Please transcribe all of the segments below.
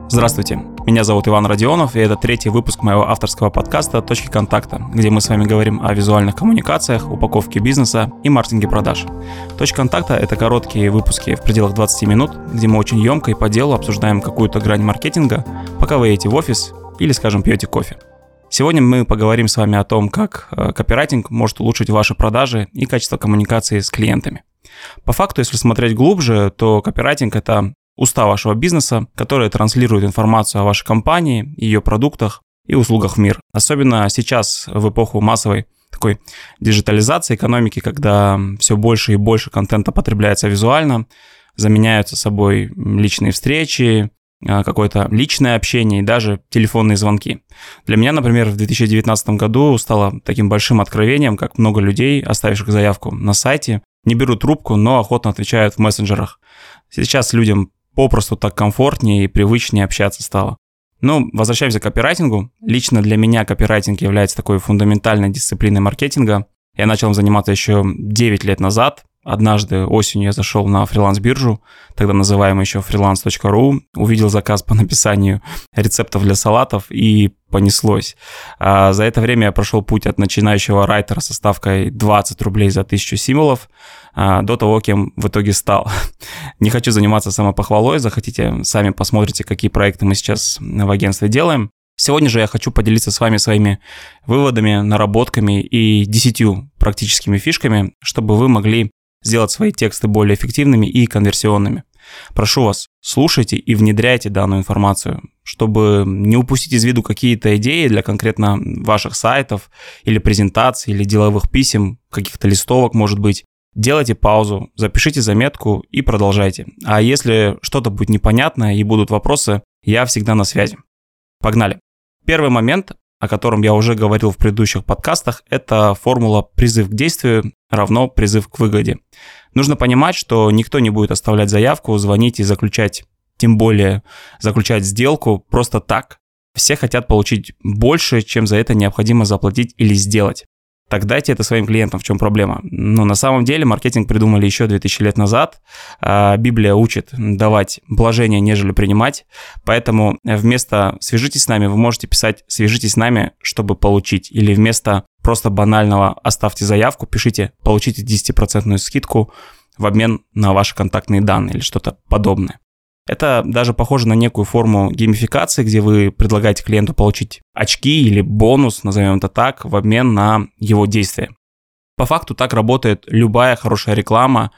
Здравствуйте, меня зовут Иван Родионов, и это третий выпуск моего авторского подкаста «Точки контакта», где мы с вами говорим о визуальных коммуникациях, упаковке бизнеса и маркетинге продаж. «Точки контакта» — это короткие выпуски в пределах 20 минут, где мы очень емко и по делу обсуждаем какую-то грань маркетинга, пока вы едете в офис или, скажем, пьете кофе. Сегодня мы поговорим с вами о том, как копирайтинг может улучшить ваши продажи и качество коммуникации с клиентами. По факту, если смотреть глубже, то копирайтинг — это устав вашего бизнеса, который транслирует информацию о вашей компании, ее продуктах и услугах в мир. Особенно сейчас, в эпоху массовой такой диджитализации экономики, когда все больше и больше контента потребляется визуально, заменяются собой личные встречи, какое-то личное общение и даже телефонные звонки. Для меня, например, в 2019 году стало таким большим откровением, как много людей, оставивших заявку на сайте, не берут трубку, но охотно отвечают в мессенджерах. Сейчас людям попросту так комфортнее и привычнее общаться стало. Возвращаемся к копирайтингу. Лично для меня копирайтинг является такой фундаментальной дисциплиной маркетинга. Я начал им заниматься еще 9 лет назад. Однажды осенью я зашел на фриланс-биржу, тогда называемую еще freelance.ru, увидел заказ по написанию рецептов для салатов и понеслось. За это время я прошел путь от начинающего райтера со ставкой 20 рублей за 1000 символов до того, кем в итоге стал. Не хочу заниматься самопохвалой, захотите, сами посмотрите, какие проекты мы сейчас в агентстве делаем. Сегодня же я хочу поделиться с вами своими выводами, наработками и 10 практическими фишками, чтобы вы могли сделать свои тексты более эффективными и конверсионными. Прошу вас, слушайте и внедряйте данную информацию, чтобы не упустить из виду какие-то идеи для конкретно ваших сайтов или презентаций, или деловых писем, каких-то листовок, может быть. Делайте паузу, запишите заметку и продолжайте. А если что-то будет непонятно и будут вопросы, я всегда на связи. Погнали. Первый момент, о котором я уже говорил в предыдущих подкастах, это формула «призыв к действию равно призыв к выгоде». Нужно понимать, что никто не будет оставлять заявку, звонить и заключать, тем более заключать сделку просто так. Все хотят получить больше, чем за это необходимо заплатить или сделать. Так дайте это своим клиентам, в чем проблема. На самом деле маркетинг придумали еще 2000 лет назад. Библия учит давать блажение, нежели принимать. Поэтому вместо «свяжитесь с нами» вы можете писать «свяжитесь с нами, чтобы получить». Или вместо просто банального «оставьте заявку» пишите «получите 10% скидку в обмен на ваши контактные данные» или что-то подобное. Это даже похоже на некую форму геймификации, где вы предлагаете клиенту получить очки или бонус, назовем это так, в обмен на его действия. По факту так работает любая хорошая реклама,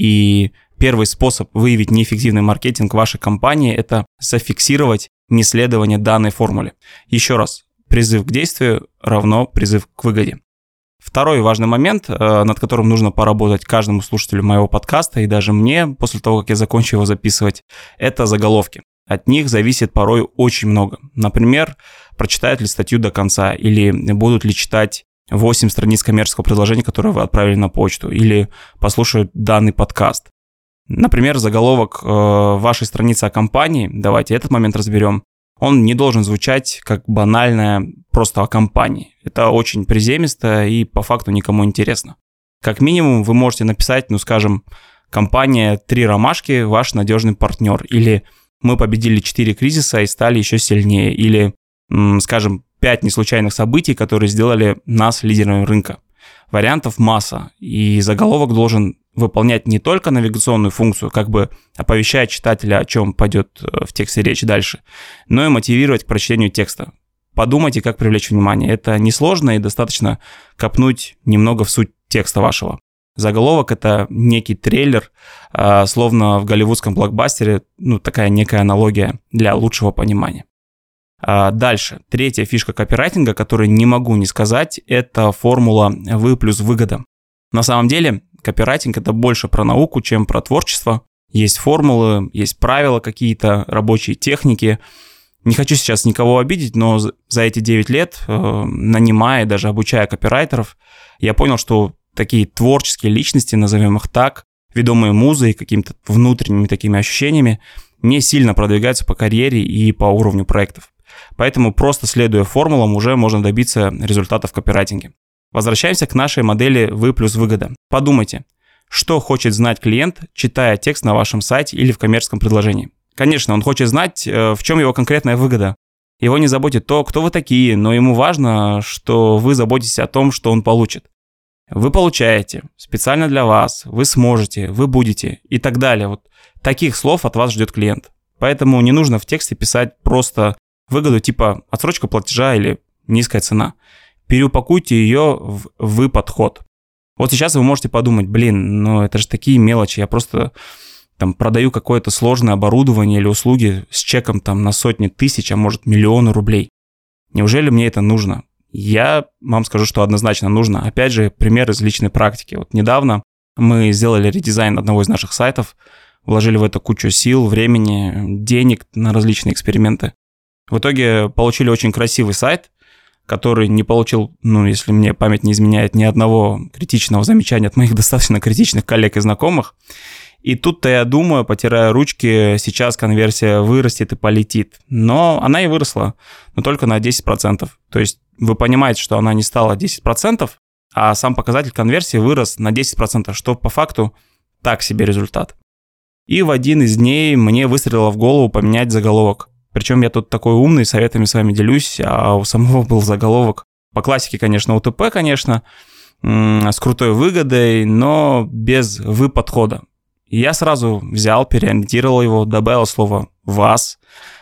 и первый способ выявить неэффективный маркетинг вашей компании – это зафиксировать неследование данной формуле. Еще раз, призыв к действию равно призыв к выгоде. Второй важный момент, над которым нужно поработать каждому слушателю моего подкаста и даже мне, после того, как я закончу его записывать, это заголовки. От них зависит порой очень много. Например, прочитают ли статью до конца, или будут ли читать 8 страниц коммерческого предложения, которое вы отправили на почту, или послушают данный подкаст. Например, заголовок вашей страницы о компании, давайте этот момент разберем. Он не должен звучать как банальное просто о компании. Это очень приземисто и по факту никому интересно. Как минимум вы можете написать, компания 3 ромашки, ваш надежный партнер. Или мы победили 4 кризиса и стали еще сильнее. Или, 5 неслучайных событий, которые сделали нас лидерами рынка. Вариантов масса, и заголовок должен выполнять не только навигационную функцию, оповещать читателя, о чем пойдет в тексте речь дальше, но и мотивировать к прочтению текста. Подумайте, как привлечь внимание. Это несложно и достаточно копнуть немного в суть текста вашего. Заголовок – это некий трейлер, словно в голливудском блокбастере, такая некая аналогия для лучшего понимания. Дальше, третья фишка копирайтинга, которую не могу не сказать, это формула «вы плюс выгода». На самом деле, копирайтинг – это больше про науку, чем про творчество. Есть формулы, есть правила какие-то, рабочие техники. Не хочу сейчас никого обидеть, но за эти 9 лет, нанимая и даже обучая копирайтеров, я понял, что такие творческие личности, назовем их так, ведомые музой, какими-то внутренними такими ощущениями, не сильно продвигаются по карьере и по уровню проектов. Поэтому просто следуя формулам уже можно добиться результатов в копирайтинге. Возвращаемся к нашей модели «Вы плюс выгода». Подумайте, что хочет знать клиент, читая текст на вашем сайте или в коммерческом предложении. Конечно, он хочет знать, в чем его конкретная выгода. Его не заботит то, кто вы такие, но ему важно, что вы заботитесь о том, что он получит. Вы получаете, специально для вас, вы сможете, вы будете и так далее. Вот таких слов от вас ждет клиент. Поэтому не нужно в тексте писать просто выгоду типа отсрочка платежа или низкая цена. Переупакуйте ее в «вы подход». Вот сейчас вы можете подумать, ну это же такие мелочи, я просто продаю какое-то сложное оборудование или услуги с чеком на сотни тысяч, а может миллионы рублей. Неужели мне это нужно? Я вам скажу, что однозначно нужно. Опять же, пример из личной практики. Вот недавно мы сделали редизайн одного из наших сайтов, вложили в это кучу сил, времени, денег на различные эксперименты. В итоге получили очень красивый сайт, который не получил, если мне память не изменяет, ни одного критичного замечания от моих достаточно критичных коллег и знакомых. И тут-то я думаю, потирая ручки, сейчас конверсия вырастет и полетит. Но она и выросла, но только на 10%. То есть вы понимаете, что она не стала 10%, а сам показатель конверсии вырос на 10%, что по факту так себе результат. И в один из дней мне выстрелило в голову поменять заголовок. Причем я тут такой умный, советами с вами делюсь, а у самого был заголовок по классике, конечно, УТП, конечно, с крутой выгодой, но без «вы» подхода. Я сразу взял, переориентировал его, добавил слово «вас»,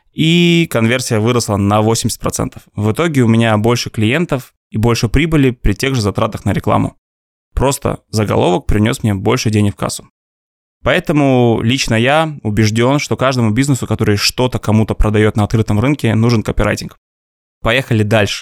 и конверсия выросла на 80%. В итоге у меня больше клиентов и больше прибыли при тех же затратах на рекламу. Просто заголовок принес мне больше денег в кассу. Поэтому лично я убежден, что каждому бизнесу, который что-то кому-то продает на открытом рынке, нужен копирайтинг. Поехали дальше.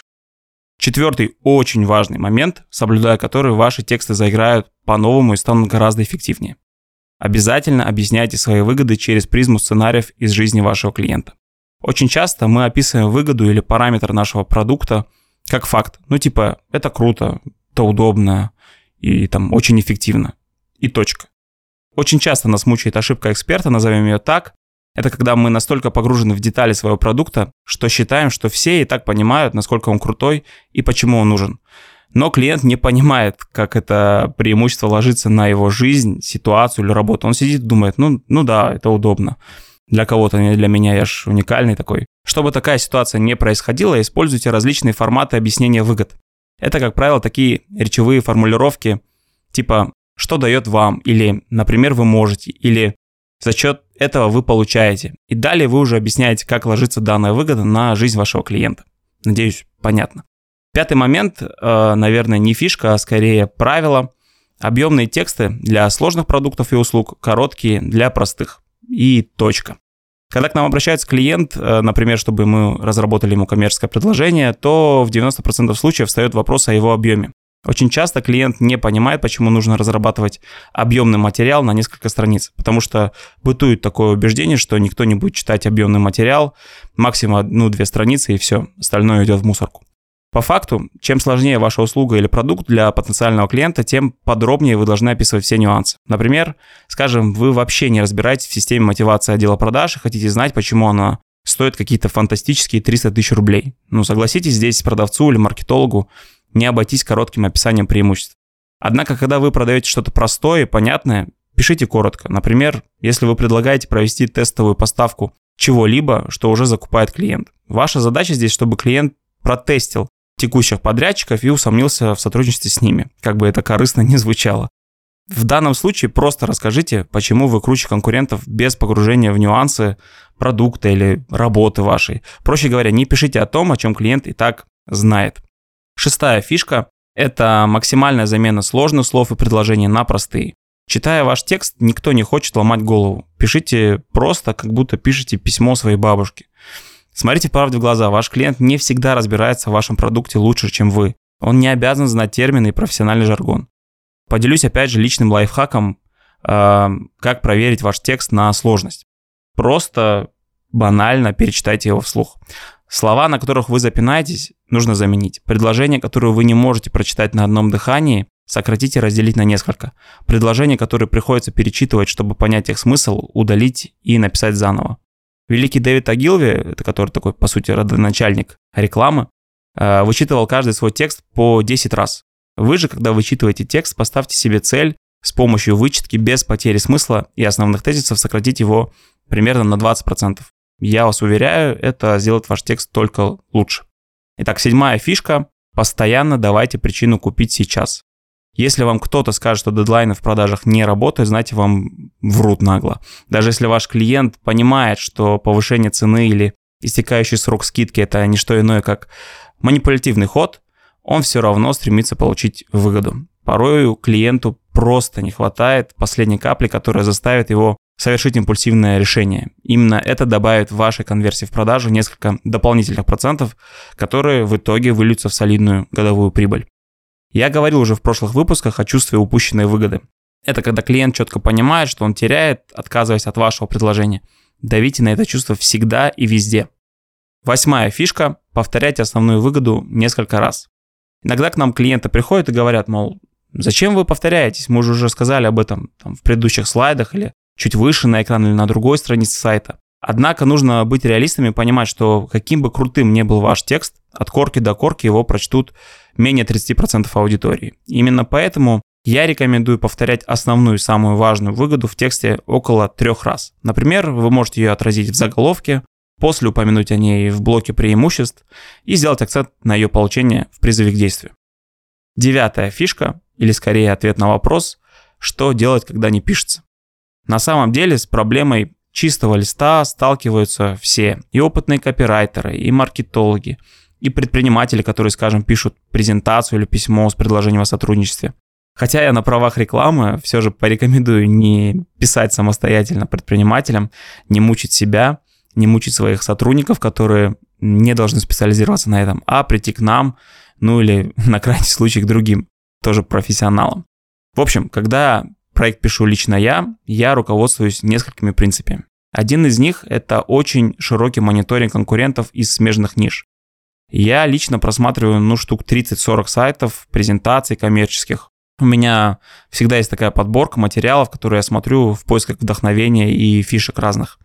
4-й очень важный момент, соблюдая который ваши тексты заиграют по-новому и станут гораздо эффективнее. Обязательно объясняйте свои выгоды через призму сценариев из жизни вашего клиента. Очень часто мы описываем выгоду или параметр нашего продукта как факт. Это круто, это удобно и очень эффективно. И точка. Очень часто нас мучает ошибка эксперта, назовем ее так. Это когда мы настолько погружены в детали своего продукта, что считаем, что все и так понимают, насколько он крутой и почему он нужен. Но клиент не понимает, как это преимущество ложится на его жизнь, ситуацию или работу. Он сидит и думает, да, это удобно. Для кого-то, не для меня, я ж уникальный такой. Чтобы такая ситуация не происходила, используйте различные форматы объяснения выгод. Это, как правило, такие речевые формулировки типа «что дает вам» или «например, вы можете» или «за счет этого вы получаете». И далее вы уже объясняете, как ложится данная выгода на жизнь вашего клиента. Надеюсь, понятно. 5-й момент, наверное, не фишка, а скорее правило. Объемные тексты для сложных продуктов и услуг, короткие для простых. И точка. Когда к нам обращается клиент, например, чтобы мы разработали ему коммерческое предложение, то в 90% случаев встает вопрос о его объеме. Очень часто клиент не понимает, почему нужно разрабатывать объемный материал на несколько страниц, потому что бытует такое убеждение, что никто не будет читать объемный материал, максимум 1-2 страницы и все, остальное идет в мусорку. По факту, чем сложнее ваша услуга или продукт для потенциального клиента, тем подробнее вы должны описывать все нюансы. Например, скажем, вы вообще не разбираетесь в системе мотивации отдела продаж и хотите знать, почему она стоит какие-то фантастические 300 тысяч рублей. Согласитесь, здесь продавцу или маркетологу не обойтись коротким описанием преимуществ. Однако, когда вы продаете что-то простое и понятное, пишите коротко. Например, если вы предлагаете провести тестовую поставку чего-либо, что уже закупает клиент. Ваша задача здесь, чтобы клиент протестил текущих подрядчиков и усомнился в сотрудничестве с ними, как бы это корыстно ни звучало. В данном случае просто расскажите, почему вы круче конкурентов без погружения в нюансы продукта или работы вашей. Проще говоря, не пишите о том, о чем клиент и так знает. 6-я фишка – это максимальная замена сложных слов и предложений на простые. Читая ваш текст, никто не хочет ломать голову. Пишите просто, как будто пишете письмо своей бабушке. Смотрите правде в глаза, ваш клиент не всегда разбирается в вашем продукте лучше, чем вы. Он не обязан знать термины и профессиональный жаргон. Поделюсь опять же личным лайфхаком, как проверить ваш текст на сложность. Просто банально перечитайте его вслух. Слова, на которых вы запинаетесь, нужно заменить. Предложения, которые вы не можете прочитать на одном дыхании, сократить и разделить на несколько. Предложения, которые приходится перечитывать, чтобы понять их смысл, удалить и написать заново. Великий Дэвид Огилви, это который такой, по сути, родоначальник рекламы, вычитывал каждый свой текст по 10 раз. Вы же, когда вычитываете текст, поставьте себе цель с помощью вычетки без потери смысла и основных тезисов сократить его примерно на 20%. Я вас уверяю, это сделает ваш текст только лучше. Итак, 7-я фишка. Постоянно давайте причину купить сейчас. Если вам кто-то скажет, что дедлайны в продажах не работают, знаете, вам врут нагло. Даже если ваш клиент понимает, что повышение цены или истекающий срок скидки – это не что иное, как манипулятивный ход, он все равно стремится получить выгоду. Порой клиенту просто не хватает последней капли, которая заставит его совершить импульсивное решение. Именно это добавит в вашей конверсии в продажу несколько дополнительных процентов, которые в итоге выльются в солидную годовую прибыль. Я говорил уже в прошлых выпусках о чувстве упущенной выгоды. Это когда клиент четко понимает, что он теряет, отказываясь от вашего предложения. Давите на это чувство всегда и везде. 8-я фишка – повторяйте основную выгоду несколько раз. Иногда к нам клиенты приходят и говорят, мол, зачем вы повторяетесь? Мы же уже сказали об этом в предыдущих слайдах или чуть выше на экран или на другой странице сайта. Однако нужно быть реалистами и понимать, что каким бы крутым ни был ваш текст, от корки до корки его прочтут менее 30% аудитории. Именно поэтому я рекомендую повторять основную, самую важную выгоду в тексте около 3 раз. Например, вы можете ее отразить в заголовке, после упомянуть о ней в блоке преимуществ и сделать акцент на ее получение в призыве к действию. 9-я фишка, или скорее ответ на вопрос, что делать, когда не пишется. На самом деле с проблемой чистого листа сталкиваются все, и опытные копирайтеры, и маркетологи, и предприниматели, которые, скажем, пишут презентацию или письмо с предложением о сотрудничестве. Хотя я на правах рекламы все же порекомендую не писать самостоятельно предпринимателям, не мучить себя, не мучить своих сотрудников, которые не должны специализироваться на этом, а прийти к нам, ну или на крайний случай к другим, тоже профессионалам. В общем, когда проект пишу лично я руководствуюсь несколькими принципами. Один из них – это очень широкий мониторинг конкурентов из смежных ниш. Я лично просматриваю, штук 30-40 сайтов, презентаций коммерческих. У меня всегда есть такая подборка материалов, которые я смотрю в поисках вдохновения и фишек разных.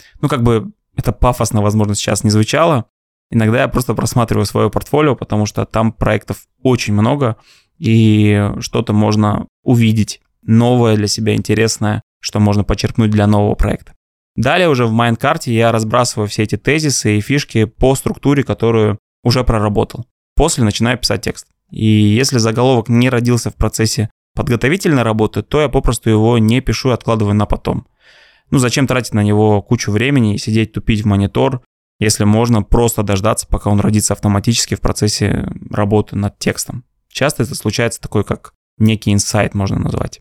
Это пафосно, возможно, сейчас не звучало. Иногда я просто просматриваю свое портфолио, потому что там проектов очень много, и что-то можно увидеть новое для себя, интересное, что можно почерпнуть для нового проекта. Далее уже в майндкарте я разбрасываю все эти тезисы и фишки по структуре, которую уже проработал. После начинаю писать текст. И если заголовок не родился в процессе подготовительной работы, то я попросту его не пишу и откладываю на потом. Зачем тратить на него кучу времени и сидеть тупить в монитор, если можно просто дождаться, пока он родится автоматически в процессе работы над текстом. Часто это случается такой, как некий инсайт можно назвать.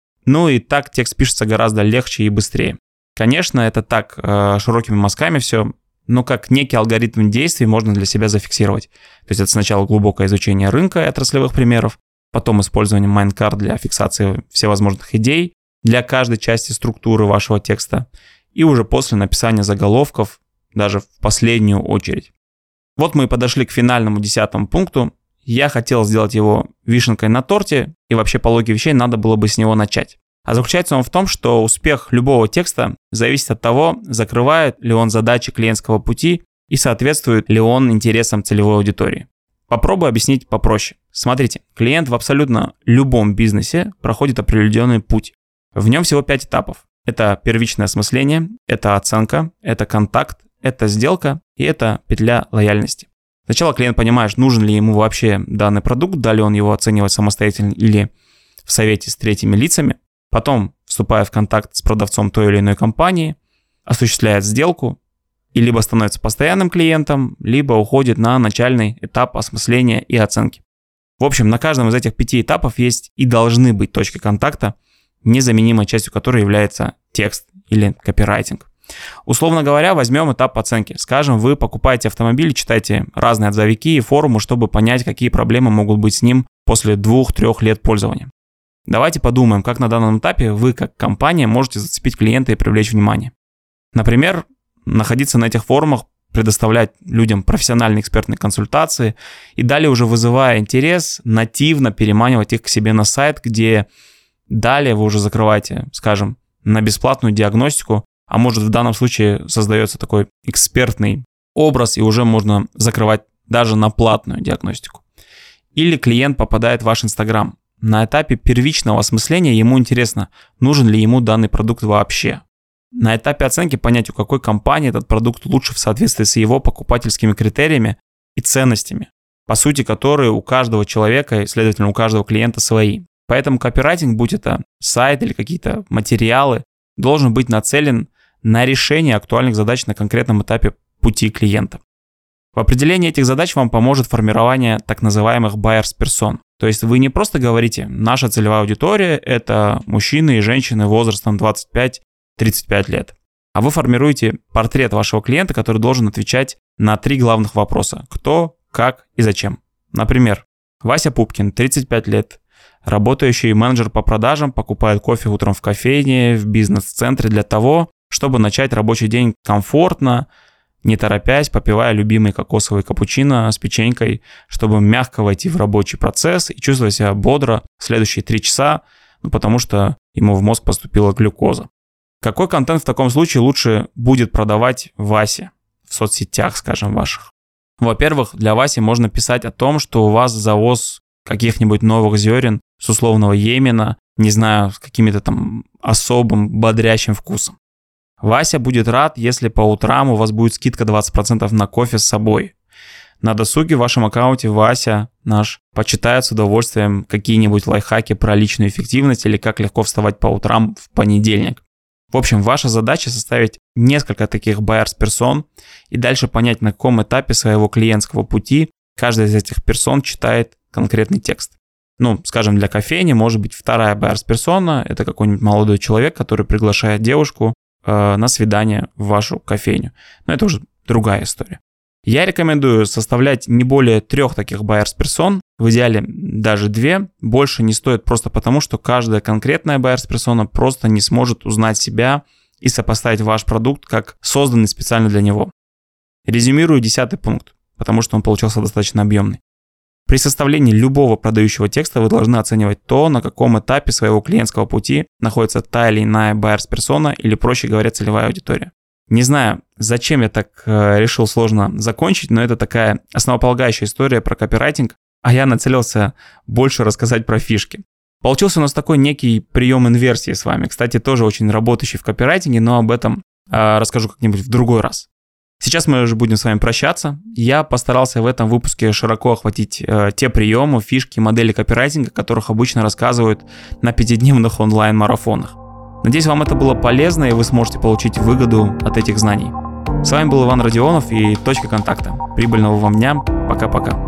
И так текст пишется гораздо легче и быстрее. Конечно, это так широкими мазками все, но как некий алгоритм действий можно для себя зафиксировать. То есть это сначала глубокое изучение рынка и отраслевых примеров, потом использование майндкарт для фиксации всевозможных идей для каждой части структуры вашего текста и уже после написания заголовков, даже в последнюю очередь. Вот мы и подошли к финальному 10-му пункту. Я хотел сделать его вишенкой на торте, и вообще по логике вещей надо было бы с него начать. А заключается он в том, что успех любого текста зависит от того, закрывает ли он задачи клиентского пути и соответствует ли он интересам целевой аудитории. Попробую объяснить попроще. Смотрите, клиент в абсолютно любом бизнесе проходит определенный путь. В нем всего 5 этапов. Это первичное осмысление, это оценка, это контакт, это сделка и это петля лояльности. Сначала клиент понимает, нужен ли ему вообще данный продукт, далее он его оценивает самостоятельно или в совете с третьими лицами. Потом, вступая в контакт с продавцом той или иной компании, осуществляет сделку и либо становится постоянным клиентом, либо уходит на начальный этап осмысления и оценки. В общем, на каждом из этих 5 этапов есть и должны быть точки контакта, незаменимой частью которой является текст или копирайтинг. Условно говоря, возьмем этап оценки. Скажем, вы покупаете автомобиль, читаете разные отзывики и форумы, чтобы понять, какие проблемы могут быть с ним после 2-3 лет пользования. Давайте подумаем, как на данном этапе вы, как компания, можете зацепить клиента и привлечь внимание. Например, находиться на этих форумах, предоставлять людям профессиональные экспертные консультации и далее уже вызывая интерес, нативно переманивать их к себе на сайт, где далее вы уже закрываете, скажем, на бесплатную диагностику, а может в данном случае создается такой экспертный образ и уже можно закрывать даже на платную диагностику. Или клиент попадает в ваш Инстаграм. На этапе первичного осмысления ему интересно, нужен ли ему данный продукт вообще. на этапе оценки понять, у какой компании этот продукт лучше в соответствии с его покупательскими критериями и ценностями, по сути, которые у каждого человека и, следовательно, у каждого клиента свои. Поэтому копирайтинг, будь это сайт или какие-то материалы, должен быть нацелен на решение актуальных задач на конкретном этапе пути клиента. В определении этих задач вам поможет формирование так называемых buyers person. То есть вы не просто говорите, наша целевая аудитория – это мужчины и женщины возрастом 25-35 лет. А вы формируете портрет вашего клиента, который должен отвечать на 3 главных вопроса: кто, как и зачем. Например, Вася Пупкин, 35 лет, работающий менеджер по продажам, покупает кофе утром в кофейне, в бизнес-центре для того, чтобы начать рабочий день комфортно, не торопясь, попивая любимый кокосовый капучино с печенькой, чтобы мягко войти в рабочий процесс и чувствовать себя бодро в следующие 3 часа, потому что ему в мозг поступила глюкоза. Какой контент в таком случае лучше будет продавать Васе в соцсетях, скажем, ваших? Во-первых, для Васи можно писать о том, что у вас завоз каких-нибудь новых зерен с условного Йемена, не знаю, с какими-то там особым бодрящим вкусом. Вася будет рад, если по утрам у вас будет скидка 20% на кофе с собой. На досуге в вашем аккаунте Вася наш почитает с удовольствием какие-нибудь лайфхаки про личную эффективность или как легко вставать по утрам в понедельник. В общем, ваша задача составить несколько таких buyers person и дальше понять, на каком этапе своего клиентского пути каждая из этих персон читает конкретный текст. Скажем, для кофейни может быть вторая buyers persona, это какой-нибудь молодой человек, который приглашает девушку на свидание в вашу кофейню. Но это уже другая история. Я рекомендую составлять не более 3 таких buyers person, в идеале даже 2. Больше не стоит просто потому, что каждая конкретная buyers persona просто не сможет узнать себя и сопоставить ваш продукт как созданный специально для него. Резюмирую 10 пункт, потому что он получился достаточно объемный. При составлении любого продающего текста вы должны оценивать то, на каком этапе своего клиентского пути находится та или иная buyers persona или, проще говоря, целевая аудитория. Не знаю, зачем я так решил сложно закончить, но это такая основополагающая история про копирайтинг, а я нацелился больше рассказать про фишки. Получился у нас такой некий прием инверсии с вами, кстати, тоже очень работающий в копирайтинге, но об этом расскажу как-нибудь в другой раз. Сейчас мы уже будем с вами прощаться. Я постарался в этом выпуске широко охватить те приемы, фишки, модели копирайтинга, о которых обычно рассказывают на 5-дневных онлайн-марафонах. Надеюсь, вам это было полезно, и вы сможете получить выгоду от этих знаний. С вами был Иван Родионов и «Точка контакта». Прибыльного вам дня. Пока-пока.